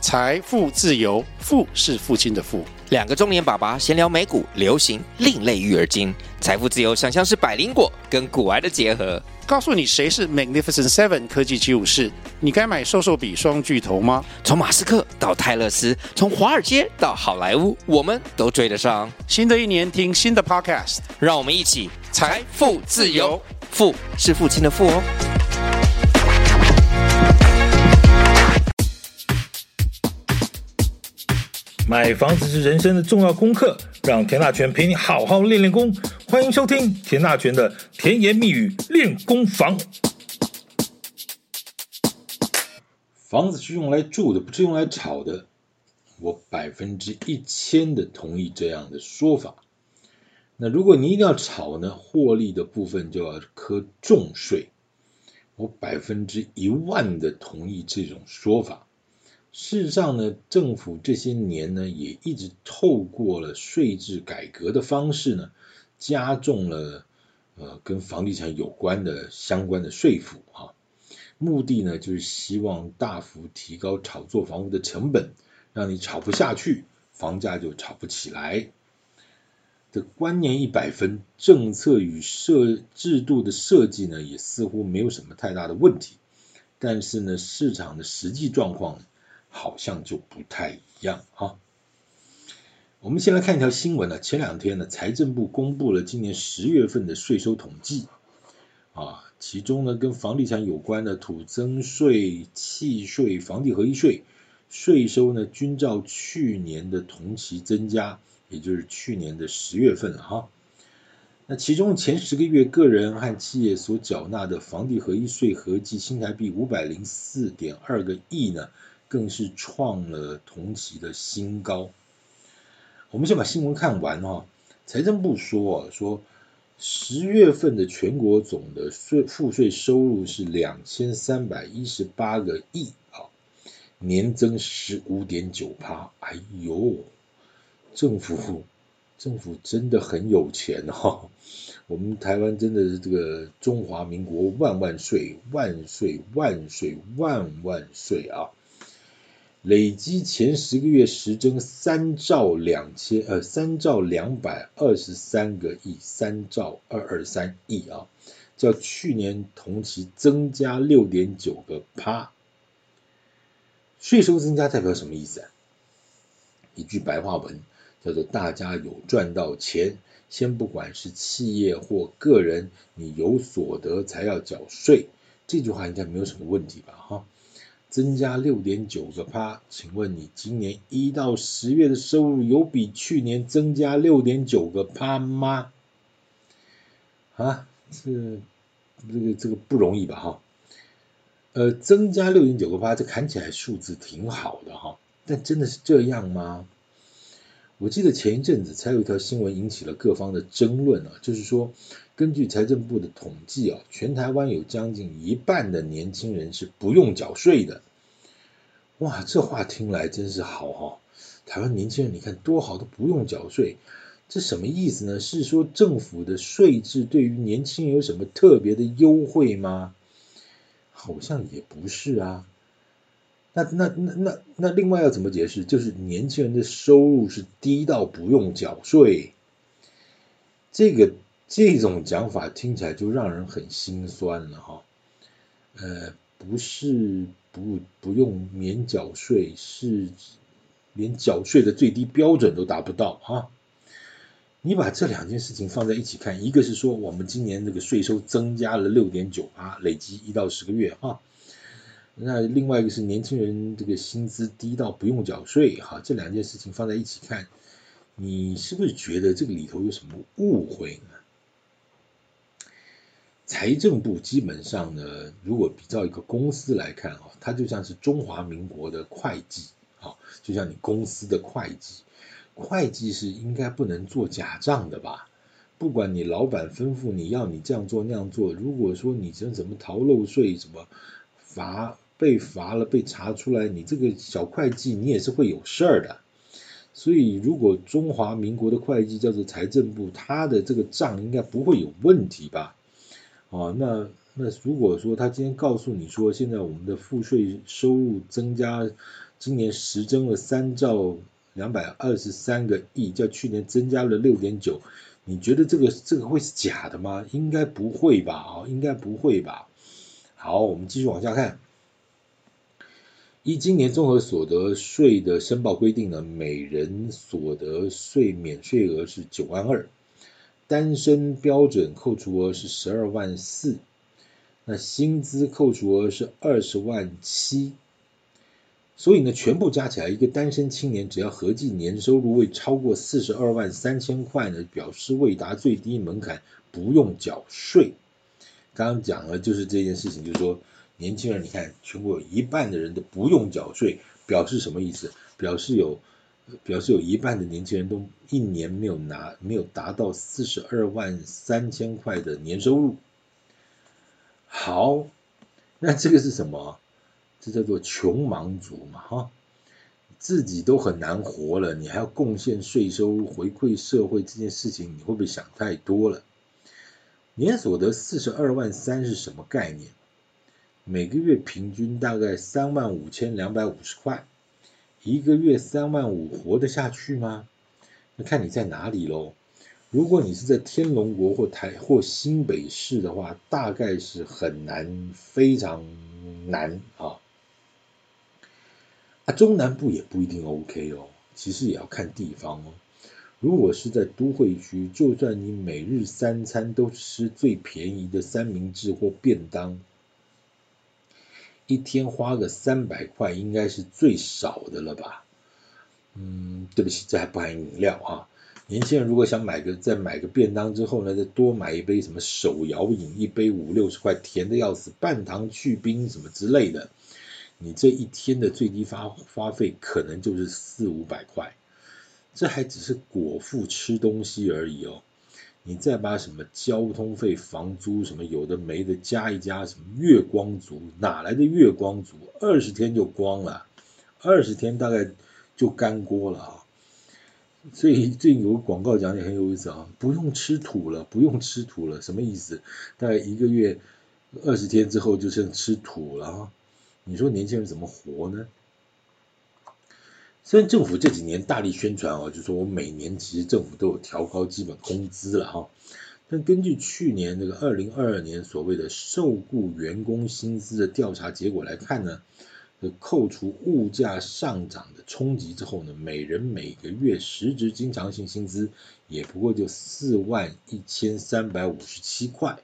财富自由，富是父亲的富。 两个中年爸爸闲聊美股、流行、另类育儿经，财富自由想象是百灵果跟股癌的结合。 告诉你谁是 Magnificent Seven 科技754，你该买瘦瘦比双巨头吗？ 从马斯克到泰勒斯，从华尔街到好莱坞，我们都追得上。 新的一年听新的 Podcast， 让我们一起财富自由， 富是父亲的富哦。 买房子是人生的重要功课，让田大权陪你好好练练功。欢迎收听田大权的甜言蜜语练功房。房子是用来住的，不是用来炒的。我1000%的同意这样的说法。那如果你一定要炒呢，获利的部分就要课重税。我10000%的同意这种说法。事实上呢，政府这些年呢，也一直透过了税制改革的方式呢，加重了跟房地产有关的相关的税负啊。目的呢，就是希望大幅提高炒作房屋的成本，让你炒不下去，房价就炒不起来。这观念100分，政策与制度的设计呢，也似乎没有什么太大的问题。但是呢，市场的实际状况好像就不太一样啊。我们先来看一条新闻呢，前两天呢，财政部公布了今年10月份的税收统计啊，其中呢跟房地产有关的土增税、契税、房地合一税税收呢，均照去年的同期增加，也就是去年的10月份哈。那其中前10个月个人和企业所缴纳的房地合一税合计新台币504.2个亿呢，更是创了同期的新高。我们先把新闻看完哈。财政部说10月份的全国总的赋税收入是2318个亿啊，年增15.9%。哎呦，政府真的很有钱哦。我们台湾真的是这个中华民国万万岁，万岁万岁万万岁啊！累积前10个月实增3兆223个亿，3兆223亿啊，较去年同期增加6.9%。税收增加代表什么意思啊？一句白话文叫做大家有赚到钱，先不管是企业或个人，你有所得才要缴税。这句话应该没有什么问题吧哈？增加6.9%，请问你今年1到10月的收入有比去年增加6.9%吗？啊，这个不容易吧哈？增加6.9%，这看起来数字挺好的哈，但真的是这样吗？我记得前一阵子才有一条新闻引起了各方的争论啊，就是说根据财政部的统计啊，全台湾有将近一半的年轻人是不用缴税的。哇，这话听来真是好哈！台湾年轻人你看多好，都不用缴税，这什么意思呢？是说政府的税制对于年轻人有什么特别的优惠吗？好像也不是啊。那另外要怎么解释？就是年轻人的收入是低到不用缴税，这种讲法听起来就让人很心酸了哈。不是不用免缴税，是连缴税的最低标准都达不到啊。你把这两件事情放在一起看，一个是说我们今年这个税收增加了6.9%，累积1到10个月哈。那另外一个是年轻人这个薪资低到不用缴税哈，这两件事情放在一起看，你是不是觉得这个里头有什么误会呢？财政部基本上呢，如果比照一个公司来看啊，它就像是中华民国的会计啊，就像你公司的会计，会计是应该不能做假账的吧？不管你老板吩咐你要你这样做那样做，如果说你怎么逃漏税，什么被罚了被查出来，你这个小会计你也是会有事儿的。所以如果中华民国的会计叫做财政部，他的这个账应该不会有问题吧？那那如果说他今天告诉你说，现在我们的赋税收入增加，今年实增了3兆223个亿，较去年增加了6.9，你觉得这个会是假的吗？应该不会吧？应该不会吧？好，我们继续往下看。依今年综合所得税的申报规定呢，每人所得税免税额是9万2，单身标准扣除额是12万4，那薪资扣除额是20万7。所以呢，全部加起来，一个单身青年只要合计年收入未超过42万3千块呢，表示未达最低门槛，不用缴税。刚刚讲了就是这件事情，就是说年轻人，你看全国有一半的人都不用缴税，表示什么意思？表示有一半的年轻人都一年没有达到42万3千块的年收入。好，那这个是什么？这叫做穷忙族嘛，自己都很难活了，你还要贡献税收回馈社会，这件事情你会不会想太多了？年所得42万3是什么概念？每个月平均大概35250块，一个月3万5活得下去吗？那看你在哪里咯。如果你是在天龙国或新北市的话，大概是很难，非常难啊。中南部也不一定 OK 哦，其实也要看地方哦。如果是在都会区，就算你每日3餐都吃最便宜的三明治或便当，一天花个300块应该是最少的了吧？对不起，这还不含饮料啊。年轻人如果想再买个便当之后呢，再多买一杯什么手摇饮，一杯50-60块，甜的要死，半糖去冰什么之类的，你这一天的最低花费可能就是400-500块。这还只是果腹吃东西而已哦，你再把什么交通费、房租什么有的没的加一加，什么月光族，哪来的月光族？20天就光了，20天大概就干锅了啊。所以最近有个广告讲的很有意思啊，不用吃土了，不用吃土了，什么意思？大概一个月20天之后就剩吃土了啊。你说年轻人怎么活呢？虽然政府这几年大力宣传就说我每年其实政府都有调高基本工资了但根据去年那个2022年所谓的受雇员工薪资的调查结果来看呢，扣除物价上涨的冲击之后呢，每人每个月实质经常性薪资也不过就41357块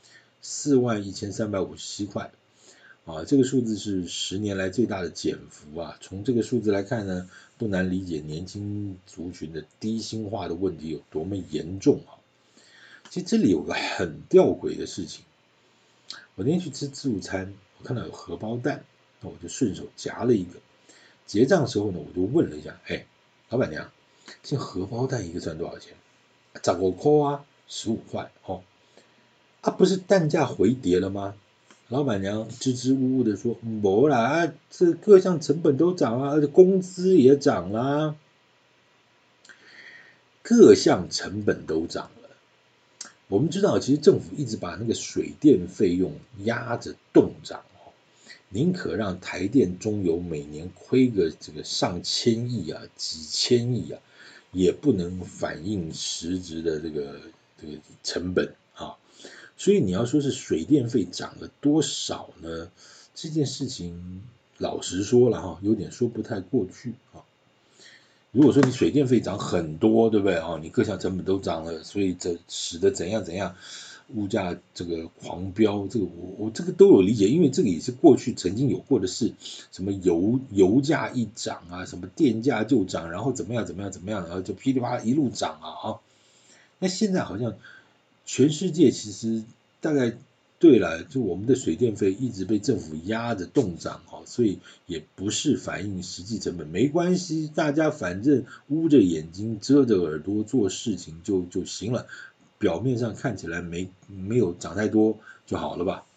，41357块。这个数字是10年来最大的减幅啊！从这个数字来看呢，不难理解年轻族群的低薪化的问题有多么严重啊！其实这里有个很吊诡的事情，我那天去吃自助餐，我看到有荷包蛋，那我就顺手夹了一个。结账的时候呢，我就问了一下，老板娘，现在荷包蛋一个算多少钱？15块啊，15块不是蛋价回跌了吗？老板娘支支吾吾的说，没啦，这各项成本都涨了，而且工资也涨啦，各项成本都涨了。我们知道，其实政府一直把那个水电费用压着冻涨宁可让台电中油每年亏个这个上千亿啊、几千亿啊，也不能反映实质的这个成本啊。所以你要说是水电费涨了多少呢？这件事情老实说了有点说不太过去如果说你水电费涨很多，对不对你各项成本都涨了，所以这使得怎样物价这个狂飙，这个我这个都有理解，因为这个也是过去曾经有过的事，什么油价一涨啊，什么电价就涨，然后怎么样，然后就噼里啪啦一路涨那现在好像全世界其实大概对了，就我们的水电费一直被政府压着冻涨所以也不是反映实际成本，没关系，大家反正捂着眼睛遮着耳朵做事情就行了，表面上看起来没有涨太多就好了吧。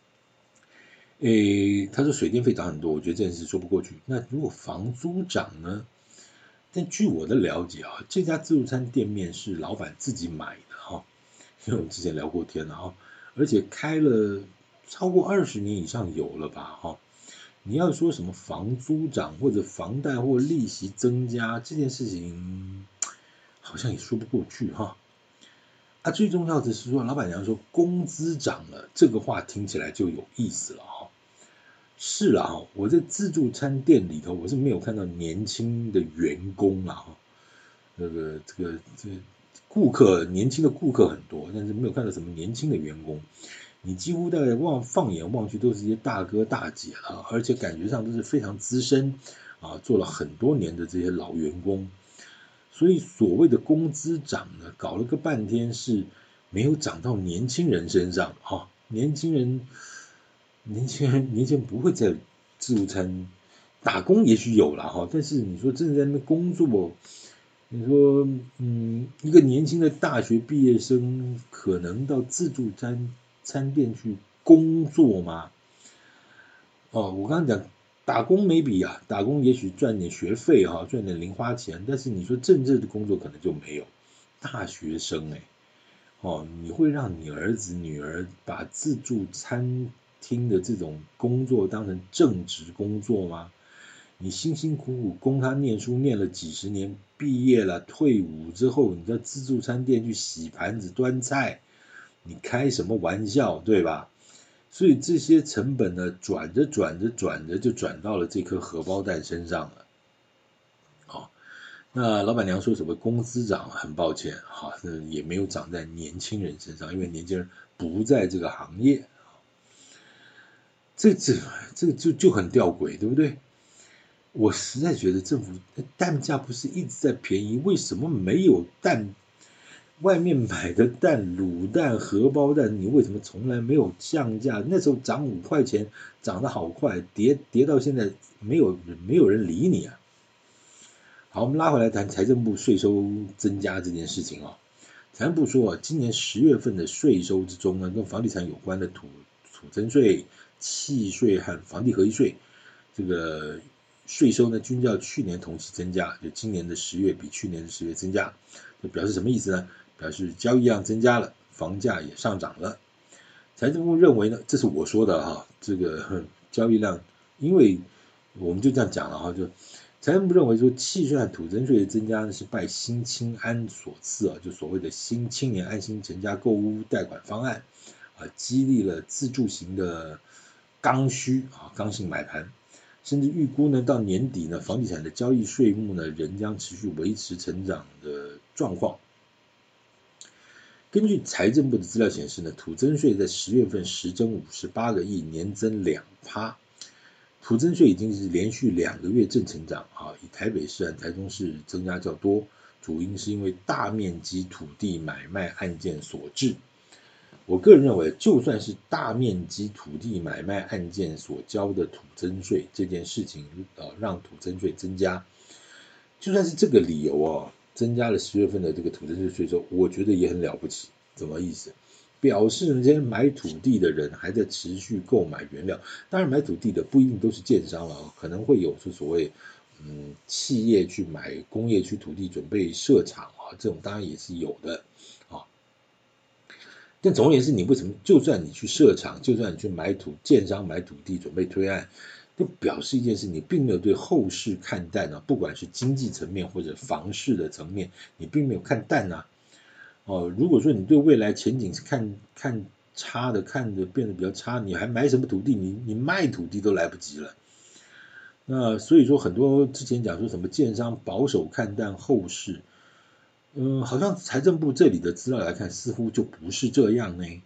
他说水电费涨很多，我觉得这件事说不过去。那如果房租涨呢？但据我的了解这家自助餐店面是老板自己买的因为我们之前聊过天了而且开了超过20年以上有了吧哈。你要说什么房租涨或者房贷或利息增加这件事情，好像也说不过去哈。最重要的是说，老板娘说工资涨了，这个话听起来就有意思了哈。是啦，我在自助餐店里头，我是没有看到年轻的员工啦哈。这个顾客年轻的顾客很多，但是没有看到什么年轻的员工。你几乎大概放眼望去都是一些大哥大姐了，而且感觉上都是非常资深做了很多年的这些老员工。所以所谓的工资涨呢，搞了个半天是没有涨到年轻人身上啊。年轻人不会在自助餐打工，也许有了哈，但是你说真的在那边工作，你说一个年轻的大学毕业生可能到自助餐店去工作吗？我刚刚讲打工没比啊，打工也许赚点学费赚点零花钱，但是你说正式的工作可能就没有。大学生你会让你儿子女儿把自助餐厅的这种工作当成正职工作吗？你辛辛苦苦供他念书念了几十年，毕业了退伍之后，你在自助餐店去洗盘子端菜，你开什么玩笑，对吧？所以这些成本呢，转着就转到了这颗荷包蛋身上了。那老板娘说什么工资涨，很抱歉也没有涨在年轻人身上，因为年轻人不在这个行业。这就很吊诡，对不对？我实在觉得政府蛋价不是一直在便宜，为什么没有蛋？外面买的蛋、卤蛋、荷包蛋，你为什么从来没有降价？那时候涨5块钱，涨得好快，跌到现在没有人理你啊。好，我们拉回来谈财政部税收增加这件事情财政部说今年10月份的税收之中呢，跟房地产有关的土增税、契税和房地合一税，这个税收呢均较去年同期增加，就今年的10月比去年的10月增加，这表示什么意思呢？表示交易量增加了，房价也上涨了。财政部认为呢，这是我说的这个交易量，因为我们就这样讲了就财政部认为说，契税和土增税的增加呢是拜新青安所赐就所谓的新青年安心成家购屋贷款方案激励了自住型的刚需刚性买盘，甚至预估呢到年底呢，房地产的交易税目呢仍将持续维持成长的状况。根据财政部的资料显示呢，土增税在10月份实增58个亿，年增2%。土增税已经是连续2个月正成长以台北市和台中市增加较多，主因是因为大面积土地买卖案件所致。我个人认为，就算是大面积土地买卖案件所交的土增税这件事情让土增税增加，就算是这个理由增加了10月份的这个土增税税收，我觉得也很了不起。什么意思？表示这些买土地的人还在持续购买原料。当然买土地的不一定都是建商了可能会有所谓企业去买工业区土地准备设厂这种当然也是有的但总而言之，你为什么就算你去设厂，就算你去建商买土地准备推案，就表示一件事，你并没有对后市看淡不管是经济层面或者房市的层面，你并没有看淡如果说你对未来前景是看差的，看着变得比较差，你还买什么土地？你卖土地都来不及了。那所以说很多之前讲说什么建商保守看淡后市，好像财政部这里的资料来看，似乎就不是这样呢。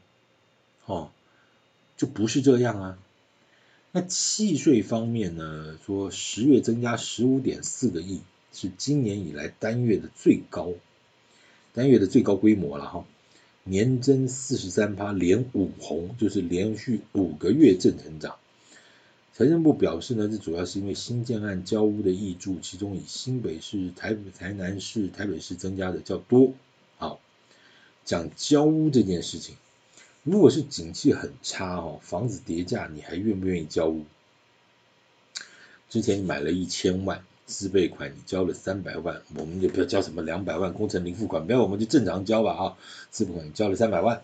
就不是这样啊。那契税方面呢，说10月增加15.4个亿，是今年以来单月的最高规模了年增43%，连5红，就是连续5个月正成长。财政部表示呢，这主要是因为新建案交屋的挹注，其中以新北市、台南市、台北市增加的较多。好，讲交屋这件事情，如果是景气很差房子跌价，你还愿不愿意交屋？之前你买了1000万，自备款你交了300万，我们就不要交什么200万工程零付款，不要，我们就正常交吧自备款你交了300万，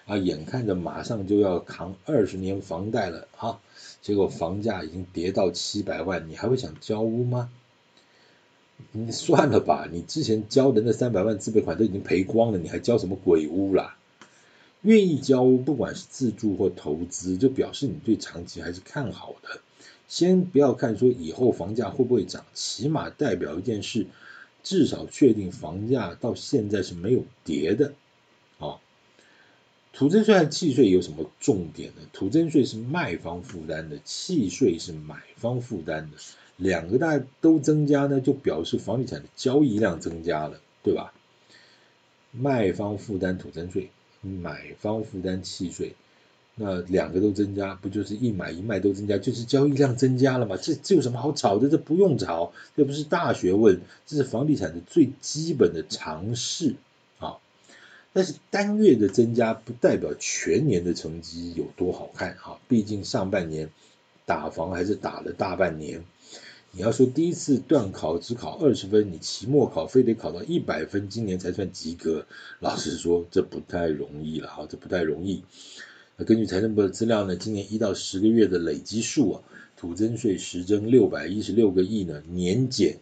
啊，眼看着马上就要扛20年房贷了啊，结果房价已经跌到700万，你还会想交屋吗？你算了吧，你之前交的那300万自备款都已经赔光了，你还交什么鬼屋啦？愿意交屋，不管是自住或投资，就表示你对长期还是看好的。先不要看说以后房价会不会涨，起码代表一件事，至少确定房价到现在是没有跌的。啊，土增税和契税有什么重点呢？土增税是卖方负担的，契税是买方负担的。两个大都增加呢，就表示房地产的交易量增加了，对吧？卖方负担土增税，买方负担契税，那两个都增加，不就是一买一卖都增加，就是交易量增加了嘛？这有什么好吵的？这不用吵，这不是大学问，这是房地产的最基本的常识啊。但是单月的增加不代表全年的成绩有多好看啊，毕竟上半年打房还是打了大半年。你要说第一次段考只考20分，你期末考非得考到100分，今年才算及格，老实说这不太容易了啊，这不太容易。根据财政部的资料呢，今年1到10个月的累积数啊，土增税实征616个亿呢，年减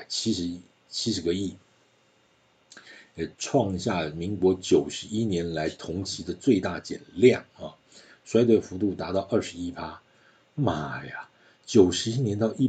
170个亿，也创下民国91年来同期的最大减量啊，衰退幅度达到21%。妈呀，91年到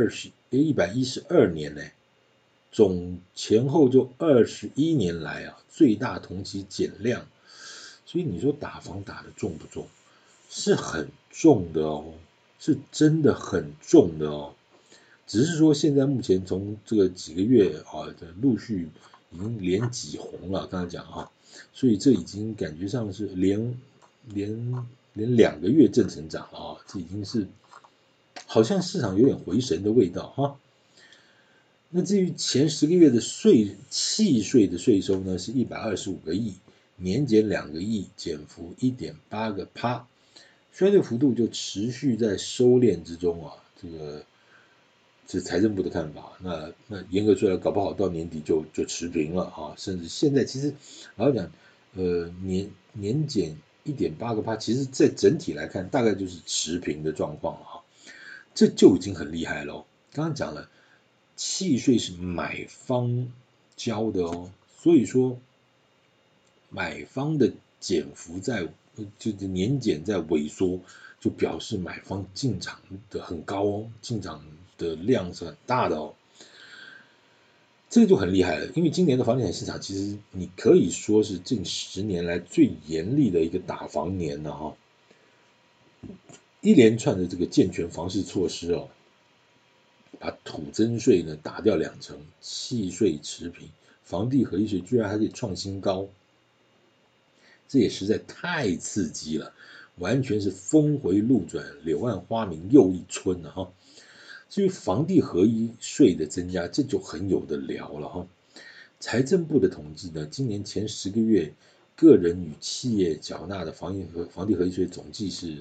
112年呢，总前后就21年来啊，最大同期减量。所以你说打房打得重不重？是很重的哦，是真的很重的哦。只是说现在目前从这个几个月啊，陆续已经连几红了，刚才讲啊，所以这已经感觉上是连2个月正成长了啊，这已经是好像市场有点回神的味道哈。那至于前10个月的契税的税收呢，是125个亿，年减2个亿，减幅1.8%，衰退幅度就持续在收敛之中啊。这是财政部的看法，那严格说来，搞不好到年底就持平了啊，甚至现在其实老实讲，年减1.8%，其实在整体来看，大概就是持平的状况啊，这就已经很厉害了。刚刚讲了，契税是买方交的哦，所以说买方的减幅就是年减在萎缩，就表示买方进场的很高哦，进场的量是很大的哦，这个就很厉害了。因为今年的房地产市场其实你可以说是近10年来最严厉的一个打房年了哈，一连串的这个健全房市措施哦，把土增税呢打掉20%，契税持平，房地合一税居然还可以创新高，这也实在太刺激了，完全是峰回路转，柳暗花明又一村了哈。至于房地合一税的增加，这就很有的聊了哈。财政部的统计呢，今年前10个月，个人与企业缴纳的房地合一税总计是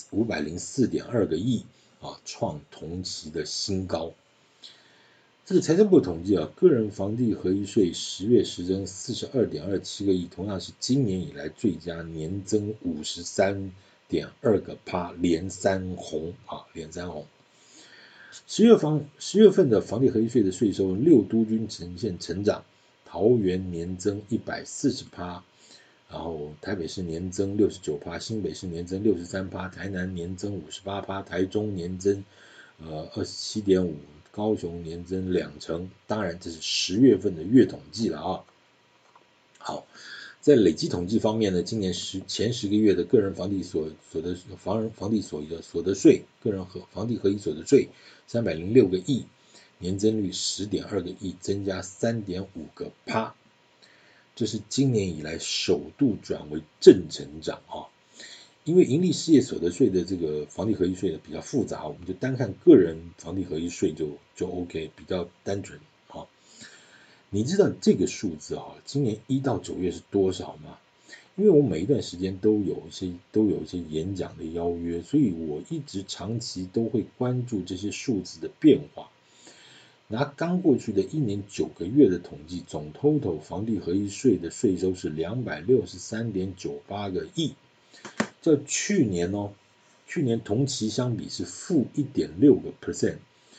504.2个亿啊，创同期的新高。这个财政部统计啊，个人房地合一税10月实征42.27个亿，同样是今年以来最佳，年增53.2%，连三红啊，连三红。10月份的房地合一税的税收，6都均呈现成长，桃园年增140%，然后台北市年增69%，新北市年增63%，台南年增58%，台中年增27.5%，高雄年增2%。当然这是10月份的月统计了啊。好，在累计统计方面呢，今年前10个月的个人房地所得税，个人房地合一所得税306个亿，年增率10.2个亿，增加3.5%，这是今年以来首度转为正成长啊。因为营利事业所得税的这个房地合一税呢比较复杂，我们就单看个人房地合一税就 OK， 比较单纯啊。你知道这个数字啊，今年1到9月是多少吗？因为我每一段时间都有一些演讲的邀约，所以我一直长期都会关注这些数字的变化。 拿刚过去的1年9个月的统计，总 total 房地合一税的税收是 263.98 个亿，这去年同期相比是负 1.6%，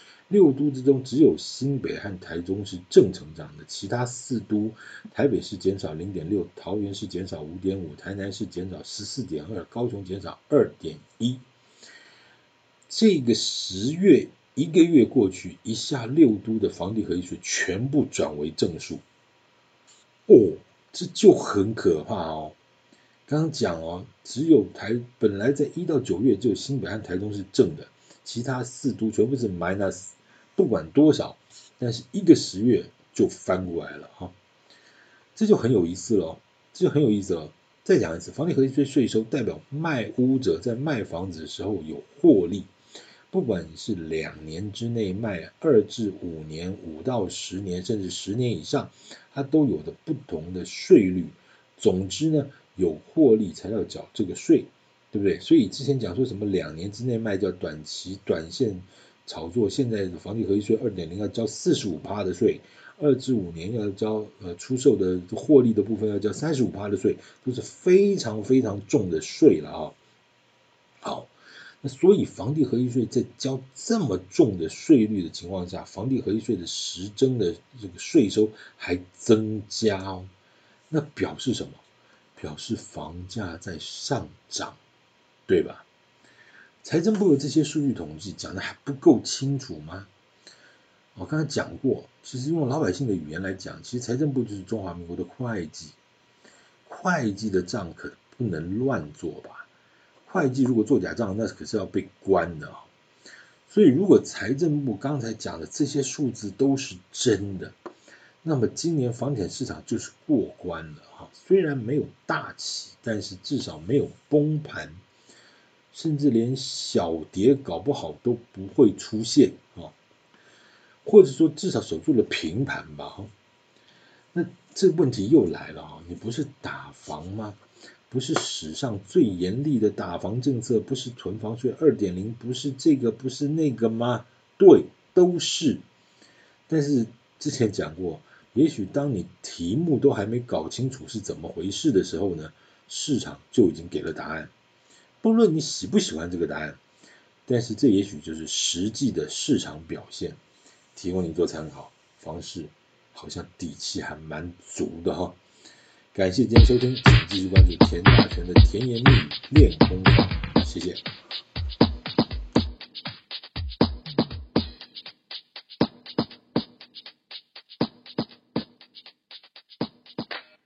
6都之中只有新北和台中是正成长的，其他4都台北市减少 0.6%， 桃园市减少 5.5%， 台南市减少 14.2%， 高雄减少 2.1%。这个10月1个月过去，一下6都的房地合一税全部转为正数，这就很可怕哦。刚刚讲只有本来在1到9月只有新北和台中是正的，其他4都全部是 minus， 不管多少，但是一个10月就翻过来了这就很有意思了再讲一次，房地合一税税收代表卖屋者在卖房子的时候有获利，不管是2年之内卖2至5年、5到10年，甚至10年以上，它都有的不同的税率。总之呢，有获利才要缴这个税，对不对？所以之前讲说什么2年之内卖叫短线炒作，现在的房地合一税 2.0 要交 45% 的税，2至5年要交出售的获利的部分要交 35% 的税，都是非常非常重的税了好，那所以房地合一税在交这么重的税率的情况下，房地合一税的实征的这个税收还增加那表示什么？表示房价在上涨，对吧？财政部的这些数据统计讲的还不够清楚吗？我刚才讲过，其实用老百姓的语言来讲，其实财政部就是中华民国的会计，会计的账可不能乱做吧？会计如果做假账，那可是要被关的所以如果财政部刚才讲的这些数字都是真的，那么今年房地产市场就是过关了虽然没有大起，但是至少没有崩盘，甚至连小跌搞不好都不会出现或者说至少守住了平盘吧那这问题又来了你不是打房吗？不是史上最严厉的打房政策，不是囤房税 2.0， 不是这个不是那个吗？对，都是。但是之前讲过，也许当你题目都还没搞清楚是怎么回事的时候呢，市场就已经给了答案。不论你喜不喜欢这个答案，但是这也许就是实际的市场表现，提供你做参考。房市好像底气还蛮足的感谢今天收听，请继续关注田大全的甜言蜜语练功法，谢谢。